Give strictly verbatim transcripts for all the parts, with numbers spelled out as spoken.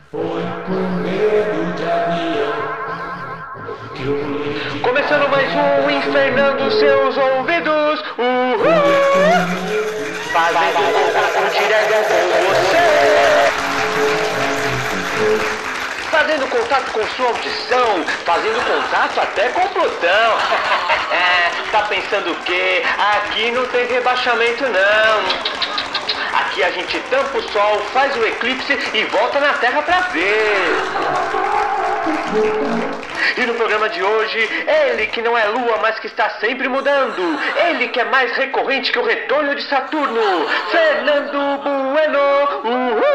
Foi com medo de avião. Começando mais um Infernando Seus Ouvidos. Uhul! Fazendo contato direto com você. Fazendo contato com sua audição. Fazendo contato até com o Plutão. É, tá pensando o quê? Aqui não tem rebaixamento não. Aqui a gente tampa o sol, faz o eclipse e volta na Terra pra ver. E no programa de hoje, ele que não é lua, mas que está sempre mudando. Ele que é mais recorrente que o retorno de Saturno. Fernando Bueno. Uhul!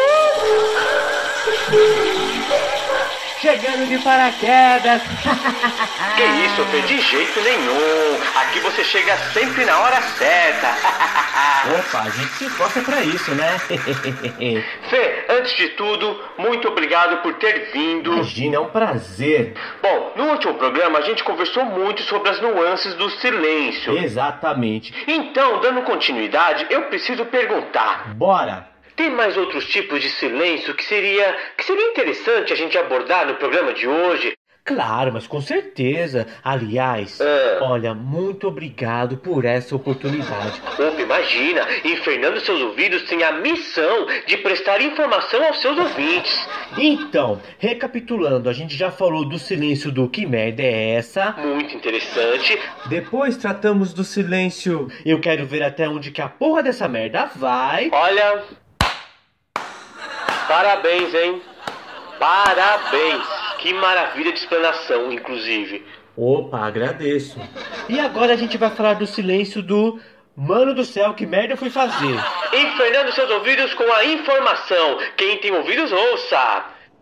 Chegando de paraquedas. Que isso, Fê? De jeito nenhum. Aqui você chega sempre na hora certa. Opa, a gente se esforça pra isso, né? Fê, antes de tudo, muito obrigado por ter vindo. Imagina, é um prazer. Bom, no último programa a gente conversou muito sobre as nuances do silêncio. Exatamente. Então, dando continuidade, eu preciso perguntar. Bora! Tem mais outros tipos de silêncio que seria, que seria interessante a gente abordar no programa de hoje? Claro, mas com certeza. Aliás, Ah. olha, muito obrigado por essa oportunidade. Opa, imagina, Infernando Seus Ouvidos tem a missão de prestar informação aos seus ouvintes. Então, recapitulando, a gente já falou do silêncio do que merda é essa? Muito interessante. Depois tratamos do silêncio eu quero ver até onde que a porra dessa merda vai. Olha, parabéns, hein? Parabéns. Que maravilha de explanação, inclusive. Opa, agradeço. E agora a gente vai falar do silêncio do... Mano do céu, que merda eu fui fazer? Infernando seus ouvidos com a informação. Quem tem ouvidos, ouça.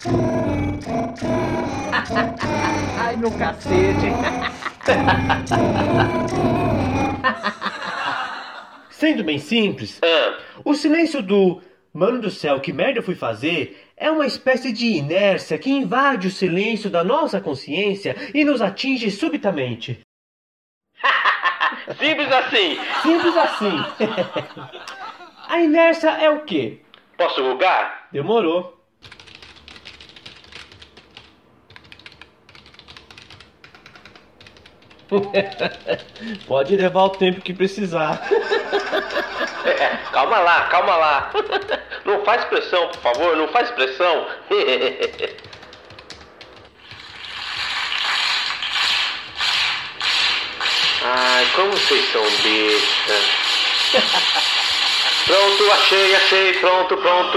Ai, meu cacete. Sendo bem simples, Ah, o silêncio do... Mano do céu, que merda eu fui fazer... É uma espécie de inércia que invade o silêncio da nossa consciência e nos atinge subitamente. simples assim. Simples assim. A inércia é o quê? Posso lugar? Demorou. Pode levar o tempo que precisar. É, calma lá, calma lá. Não faz pressão, por favor, não faz pressão. Ai, como vocês são besta. Pronto, achei, achei, pronto, pronto.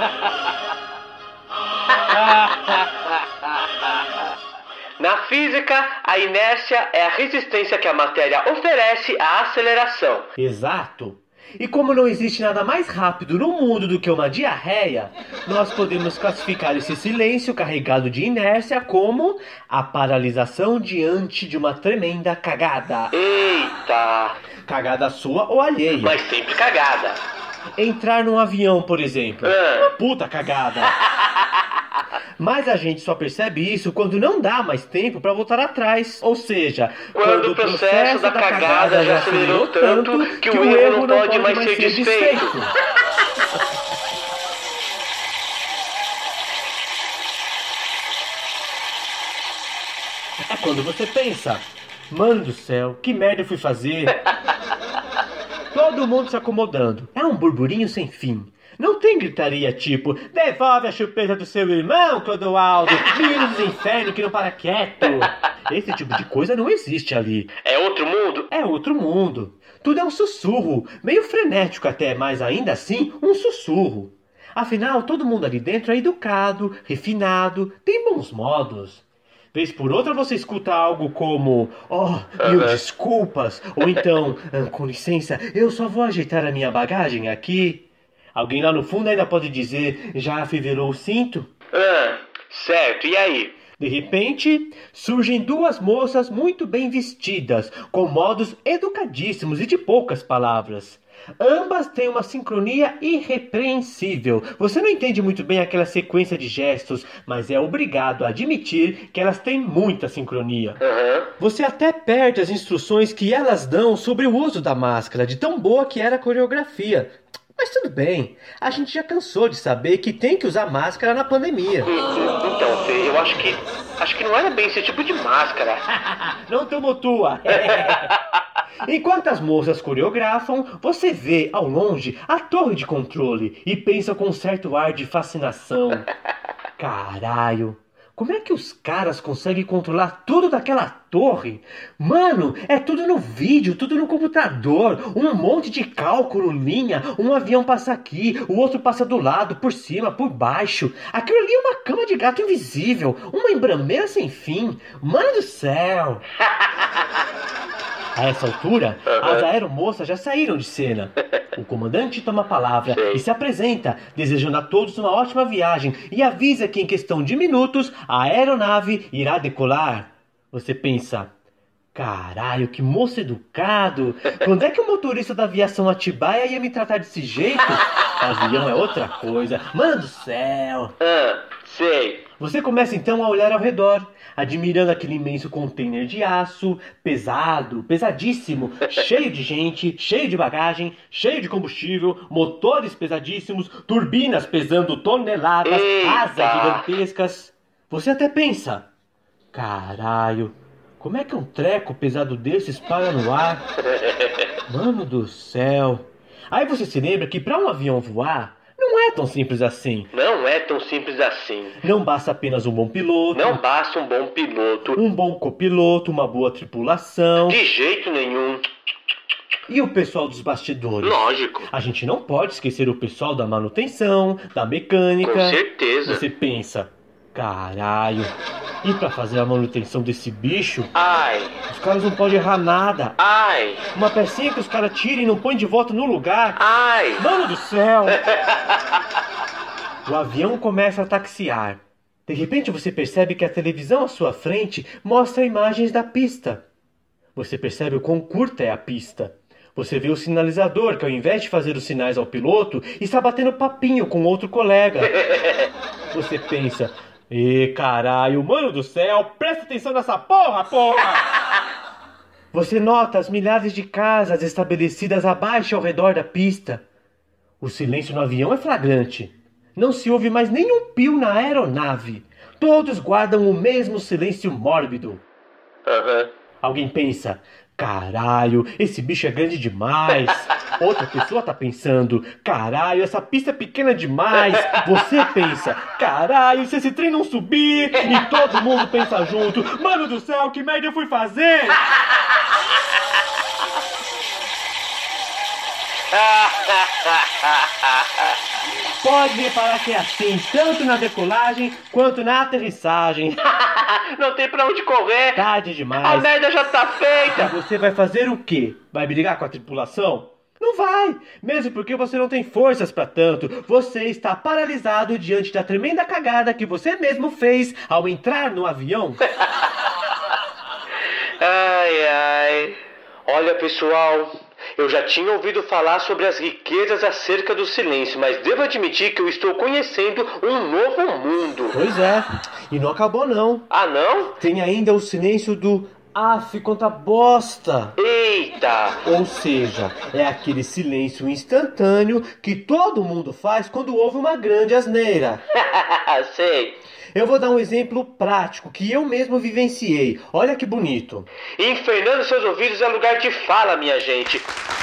Na física, a inércia é a resistência que a matéria oferece à aceleração. Exato. E como não existe nada mais rápido no mundo do que uma diarreia, nós podemos classificar esse silêncio carregado de inércia como a paralisação diante de uma tremenda cagada. Eita! Cagada sua ou alheia. Mas sempre cagada. Entrar num avião, por exemplo. Ah. Uma puta cagada. Mas a gente só percebe isso quando não dá mais tempo pra voltar atrás. Ou seja, Quando o processo da cagada já acelerou tanto que o erro não pode mais ser desfeito. É quando você pensa, mano do céu, que merda eu fui fazer? Todo mundo se acomodando. É um burburinho sem fim. Não tem gritaria tipo, devolve a chupeta do seu irmão, Clodoaldo, menino dos infernos que não para quieto. Esse tipo de coisa não existe ali. É outro mundo? É outro mundo. Tudo é um sussurro, meio frenético até, mas ainda assim um sussurro. Afinal, todo mundo ali dentro é educado, refinado, tem bons modos. Vez por outra você escuta algo como, oh, mil desculpas, ou então, ah, com licença, eu só vou ajeitar a minha bagagem aqui. Alguém lá no fundo ainda pode dizer, já afivelou o cinto? Ah, certo, e aí? De repente, surgem duas moças muito bem vestidas, com modos educadíssimos e de poucas palavras. Ambas têm uma sincronia irrepreensível. Você não entende muito bem aquela sequência de gestos, mas é obrigado a admitir que elas têm muita sincronia. Uhum. Você até perde as instruções que elas dão sobre o uso da máscara, de tão boa que era a coreografia. Mas tudo bem, a gente já cansou de saber que tem que usar máscara na pandemia. Então, Fê, eu acho que acho que não era bem esse tipo de máscara. Não tumultua. Enquanto as moças coreografam, você vê ao longe a torre de controle e pensa com um certo ar de fascinação. Caralho, como é que os caras conseguem controlar tudo daquela torre? Mano, é tudo no vídeo, tudo no computador. Um monte de cálculo, linha. Um avião passa aqui, o outro passa do lado, por cima, por baixo. Aquilo ali é uma cama de gato invisível. Uma embrameira sem fim. Mano do céu. A essa altura, Uhum. as aeromoças já saíram de cena. O comandante toma a palavra Sei. e se apresenta, desejando a todos uma ótima viagem e avisa que em questão de minutos a aeronave irá decolar. Você pensa, caralho, que moço educado. Quando é que o motorista da aviação Atibaia ia me tratar desse jeito? Avião é outra coisa. Mano do céu. Ah, sei. Você começa então a olhar ao redor, admirando aquele imenso container de aço, pesado, pesadíssimo, cheio de gente, cheio de bagagem, cheio de combustível, motores pesadíssimos, turbinas pesando toneladas, Eita! asas gigantescas. Você até pensa, caralho, como é que um treco pesado desses para no ar? Mano do céu. Aí você se lembra que para um avião voar, não é tão simples assim. Não é tão simples assim. Não basta apenas um bom piloto, Não basta um bom piloto. um bom copiloto, uma boa tripulação De jeito nenhum. e o pessoal dos bastidores. Lógico. A gente não pode esquecer o pessoal da manutenção, da mecânica. Com certeza. Você pensa, caralho, e pra fazer a manutenção desse bicho, Ai, os caras não podem errar nada. ai, Uma pecinha que os caras tiram e não põem de volta no lugar. ai. Mano do céu! O avião começa a taxiar. De repente você percebe que a televisão à sua frente mostra imagens da pista. Você percebe o quão curta é a pista. Você vê o sinalizador que, ao invés de fazer os sinais ao piloto, está batendo papinho com outro colega. Você pensa, ê caralho, mano do céu, presta atenção nessa porra, porra! Você nota as milhares de casas estabelecidas abaixo ao redor da pista. O silêncio no avião é flagrante. Não se ouve mais nenhum pio na aeronave. Todos guardam o mesmo silêncio mórbido. Aham. Alguém pensa, caralho, esse bicho é grande demais. Outra pessoa tá pensando, caralho, essa pista é pequena demais. Você pensa, caralho, se esse trem não subir. E todo mundo pensa junto, mano do céu, que merda eu fui fazer? Pode reparar que é assim, tanto na decolagem quanto na aterrissagem. Não tem pra onde correr. Tarde A demais. merda já tá E feita. você vai fazer o quê? Vai brigar com a tripulação? Não vai, mesmo porque você não tem forças pra tanto. Você está paralisado diante da tremenda cagada que você mesmo fez ao entrar no avião. Ai, ai. Olha, pessoal, eu já tinha ouvido falar sobre as riquezas acerca do silêncio, mas devo admitir que eu estou conhecendo um novo mundo. Pois é, e não acabou não. Ah, não? Tem ainda o silêncio do af, quanta bosta. Eita! Ou seja, é aquele silêncio instantâneo que todo mundo faz quando houve uma grande asneira. Sei. Eu vou dar um exemplo prático que eu mesmo vivenciei. Olha que bonito. Infernando seus ouvidos é lugar de fala, minha gente.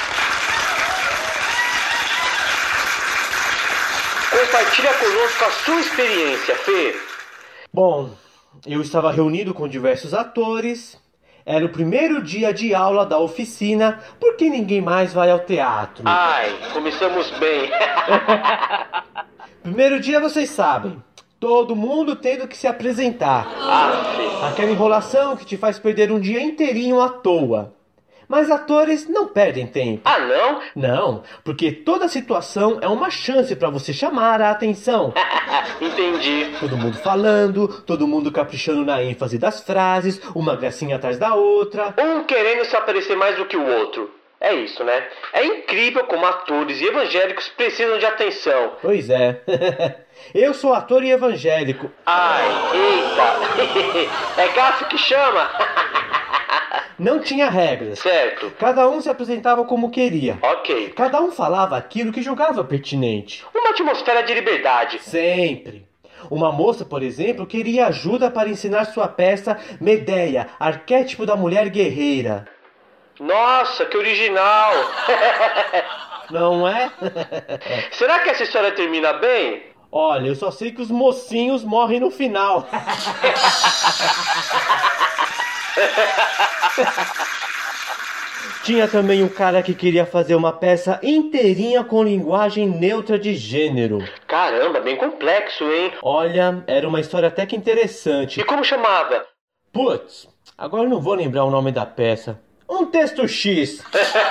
Compartilha conosco a sua experiência, Fê. Bom, eu estava reunido com diversos atores. Era o primeiro dia de aula da oficina, porque ninguém mais vai ao teatro. Ai, começamos bem. Primeiro dia, vocês sabem. Todo mundo tendo que se apresentar. Ah, Fê. Aquela enrolação que te faz perder um dia inteirinho à toa. Mas atores não perdem tempo. Ah, não? Não, porque toda situação é uma chance para você chamar a atenção. Entendi. Todo mundo falando, todo mundo caprichando na ênfase das frases, uma gracinha atrás da outra. Um querendo se aparecer mais do que o outro. É isso, né? É incrível como atores e evangélicos precisam de atenção. Pois é. Eu sou ator e evangélico. Ai, eita. É gato que chama. Não tinha regras. Certo. Cada um se apresentava como queria. Ok. Cada um falava aquilo que julgava pertinente. Uma atmosfera de liberdade. Sempre. Uma moça, por exemplo, queria ajuda para ensinar sua peça Medeia, arquétipo da mulher guerreira. Nossa, que original! Não é? Será que essa história termina bem? Olha, eu só sei que os mocinhos morrem no final. Tinha também um cara que queria fazer uma peça inteirinha com linguagem neutra de gênero. Caramba, bem complexo, hein? Olha, era uma história até que interessante. E como chamava? Putz, agora eu não vou lembrar o nome da peça. Um texto X.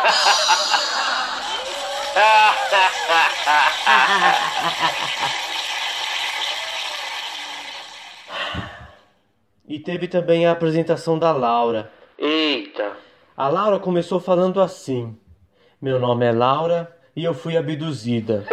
E teve também a apresentação da Laura. Eita. A Laura começou falando assim: meu nome é Laura e eu fui abduzida.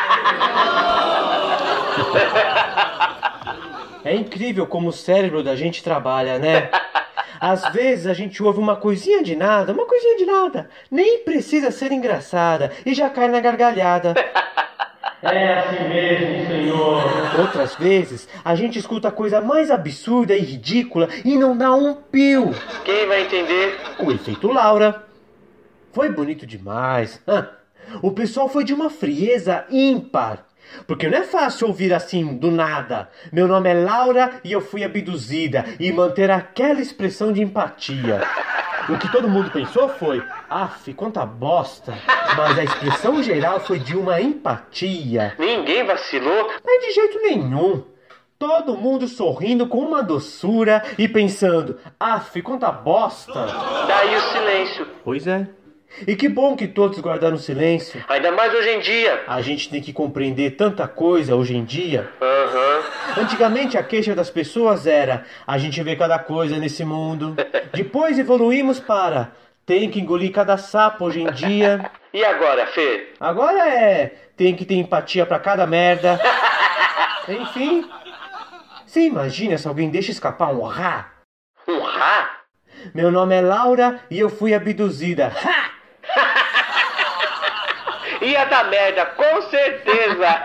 É incrível como o cérebro da gente trabalha, né? Às vezes a gente ouve uma coisinha de nada, uma coisinha de nada, nem precisa ser engraçada e já cai na gargalhada. É assim mesmo, senhor. Outras vezes a gente escuta a coisa mais absurda e ridícula e não dá um pio. Quem vai entender? O efeito Laura. Foi bonito demais. O pessoal foi de uma frieza ímpar. Porque não é fácil ouvir assim, do nada. Meu nome é Laura e eu fui abduzida. E manter aquela expressão de empatia. O que todo mundo pensou foi: af, quanta bosta. Mas a expressão geral foi de uma empatia. Ninguém vacilou? Mas de jeito nenhum. Todo mundo sorrindo com uma doçura e pensando: af, quanta bosta. Daí o silêncio. Pois é. E que bom que todos guardaram silêncio. Ainda mais hoje em dia. A gente tem que compreender tanta coisa hoje em dia. Aham. Antigamente a queixa das pessoas era: a gente vê cada coisa nesse mundo. Depois evoluímos para: tem que engolir cada sapo hoje em dia. E agora, Fê? Agora é: tem que ter empatia pra cada merda. Enfim. Você imagina se alguém deixa escapar um rá? Um rá? Meu nome é Laura e eu fui abduzida. Ha! Ia dar merda, com certeza.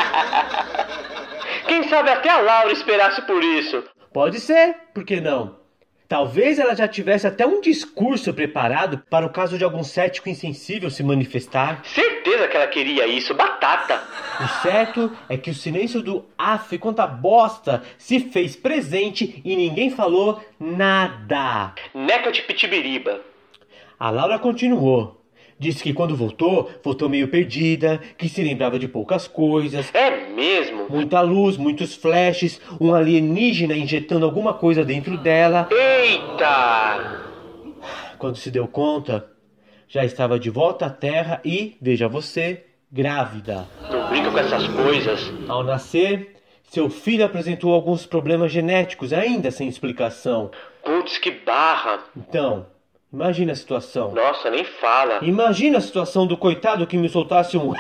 Quem sabe até a Laura esperasse por isso. Pode ser, por que não? Talvez ela já tivesse até um discurso preparado para o caso de algum cético insensível se manifestar. Certeza que ela queria isso, batata. O certo é que o silêncio do af, quanta bosta, se fez presente e ninguém falou nada. Neca de pitibiriba. A Laura continuou. Disse que quando voltou, voltou meio perdida, que se lembrava de poucas coisas. É mesmo? Muita luz, muitos flashes, um alienígena injetando alguma coisa dentro dela. Eita! Quando se deu conta, já estava de volta à Terra e, veja você, grávida. Não brinca com essas coisas. Ao nascer, seu filho apresentou alguns problemas genéticos ainda sem explicação. Putz, que barra. Então, imagina a situação. Nossa, nem fala. Imagina a situação do coitado que me soltasse um...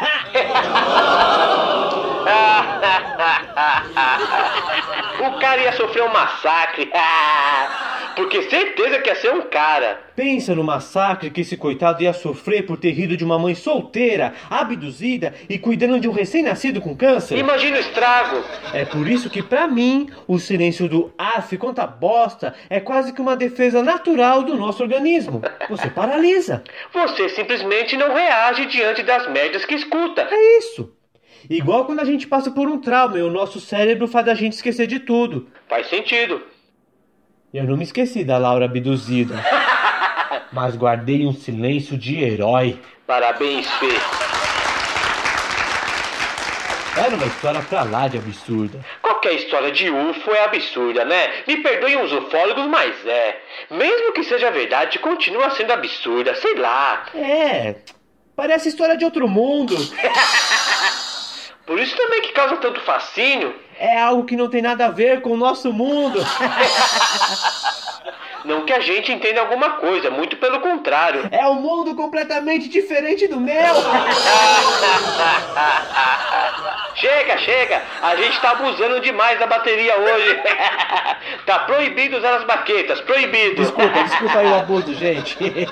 O cara ia sofrer um massacre. Porque certeza que ia ser um cara. Pensa no massacre que esse coitado ia sofrer por ter rido de uma mãe solteira, abduzida e cuidando de um recém-nascido com câncer. Imagina o estrago. É por isso que, pra mim, o silêncio do af, quanta bosta, é quase que uma defesa natural do nosso organismo. Você paralisa. Você simplesmente não reage diante das merdas que escuta. É isso. Igual quando a gente passa por um trauma e o nosso cérebro faz a gente esquecer de tudo. Faz sentido. Eu não me esqueci da Laura abduzida, mas guardei um silêncio de herói. Parabéns, Fê. Era uma história pra lá de absurda. Qualquer história de U F O é absurda, né? Me perdoem os ufólogos, mas é. Mesmo que seja verdade, continua sendo absurda, sei lá. É, parece história de outro mundo. Por isso também que causa tanto fascínio. É algo que não tem nada a ver com o nosso mundo. Não que a gente entenda alguma coisa, muito pelo contrário. É um mundo completamente diferente do meu. Chega, chega. A gente tá abusando demais da bateria hoje. Tá proibido usar as baquetas, proibido. Desculpa, desculpa aí o abuso, gente.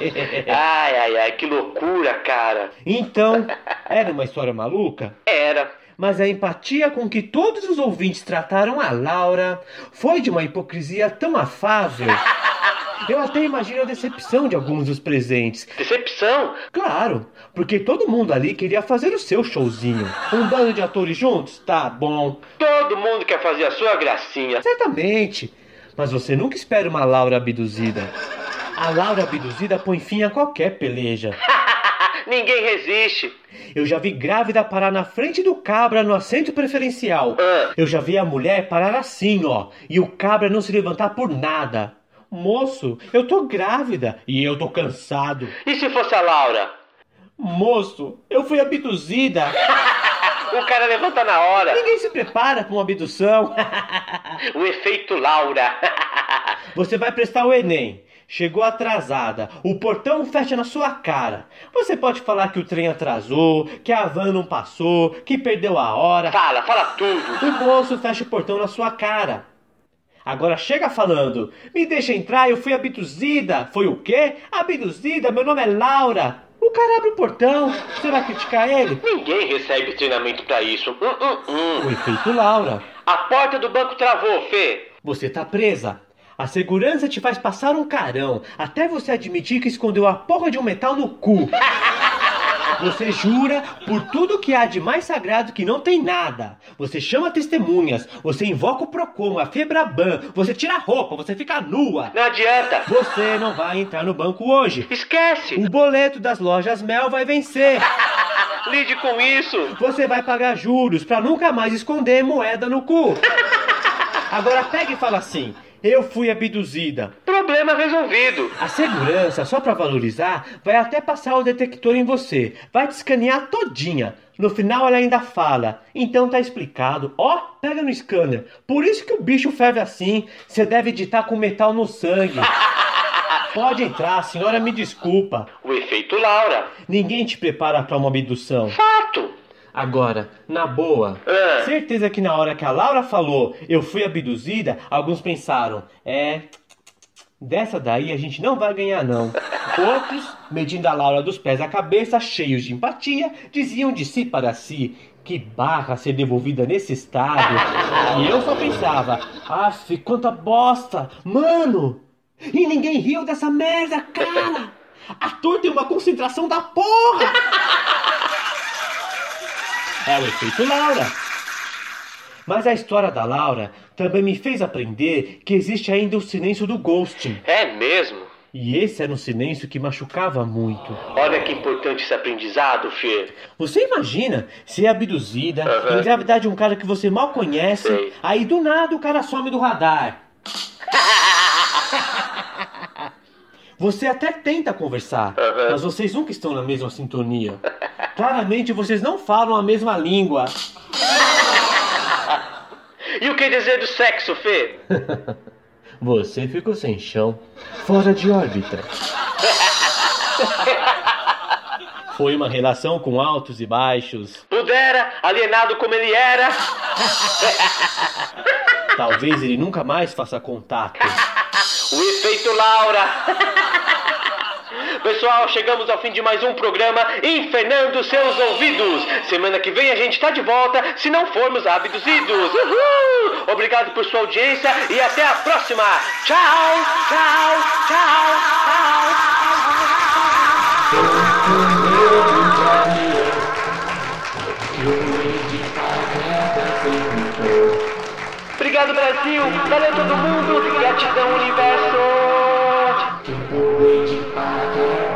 Ai, ai, ai, que loucura, cara. Então, era uma história maluca? Era. Mas a empatia com que todos os ouvintes trataram a Laura foi de uma hipocrisia tão afável. Eu até imagino a decepção de alguns dos presentes. Decepção? Claro, porque todo mundo ali queria fazer o seu showzinho. Um bando de atores juntos? Tá bom. Todo mundo quer fazer a sua gracinha. Certamente. Mas você nunca espera uma Laura abduzida. A Laura abduzida põe fim a qualquer peleja. Ninguém resiste. Eu já vi grávida parar na frente do cabra no assento preferencial. Ah. Eu já vi a mulher parar assim, ó, e o cabra não se levantar por nada. Moço, eu tô grávida e eu tô cansado. E se fosse a Laura? Moço, eu fui abduzida. O cara levanta na hora. Ninguém se prepara pra uma abdução. O efeito Laura. Você vai prestar o Enem. Chegou atrasada, o portão fecha na sua cara. Você pode falar que o trem atrasou, que a van não passou, que perdeu a hora. Fala, fala tudo. O moço fecha o portão na sua cara. Agora chega falando, me deixa entrar, eu fui abduzida. Foi o quê? Abduzida, meu nome é Laura. O cara abre o portão, você vai criticar ele? Ninguém recebe treinamento pra isso. Hum, hum, hum. O efeito Laura. A porta do banco travou, Fê. Você tá presa. A segurança te faz passar um carão, até você admitir que escondeu a porra de um metal no cu. Você jura por tudo que há de mais sagrado que não tem nada. Você chama testemunhas, você invoca o Procon, a Febraban, você tira a roupa, você fica nua. Não adianta. Você não vai entrar no banco hoje. Esquece. O boleto das lojas Mel vai vencer. Lide com isso. Você vai pagar juros pra nunca mais esconder moeda no cu. Agora pega e fala assim: eu fui abduzida. Problema resolvido. A segurança, só pra valorizar, vai até passar o detector em você. Vai te escanear todinha. No final ela ainda fala: então tá explicado. Ó, pega no scanner. Por isso que o bicho ferve assim. Você deve editar com metal no sangue. Pode entrar, senhora, me desculpa. O efeito Laura. Ninguém te prepara pra uma abdução. Fato. Agora, na boa, Ah. certeza que na hora que a Laura falou eu fui abduzida, alguns pensaram: é, dessa daí a gente não vai ganhar não. Outros, medindo a Laura dos pés à cabeça, cheios de empatia, diziam de si para si: que barra ser devolvida nesse estado. E eu só pensava: af, quanta bosta, mano. E ninguém riu dessa merda, cara. Ator tem uma concentração da porra. É o efeito Laura. Mas a história da Laura também me fez aprender que existe ainda o silêncio do ghosting. É mesmo? E esse era um silêncio que machucava muito. Olha que importante esse aprendizado, Fê. Você imagina ser abduzida, Uhum. engravidar de um cara que você mal conhece, Sei. aí do nada o cara some do radar. Você até tenta conversar, Uhum. mas vocês nunca estão na mesma sintonia. Claramente vocês não falam a mesma língua. E o que dizer do sexo, Fê? Você ficou sem chão, fora de órbita. Foi uma relação com altos e baixos. Pudera, alienado como ele era. Talvez ele nunca mais faça contato. O efeito Laura. Pessoal, chegamos ao fim de mais um programa Infernando Seus Ouvidos. Semana que vem a gente tá de volta, se não formos abduzidos. Uhul! Obrigado por sua audiência e até a próxima. Tchau, tchau, tchau, tchau. Obrigado, Brasil. Valeu todo mundo. Gratidão, universo.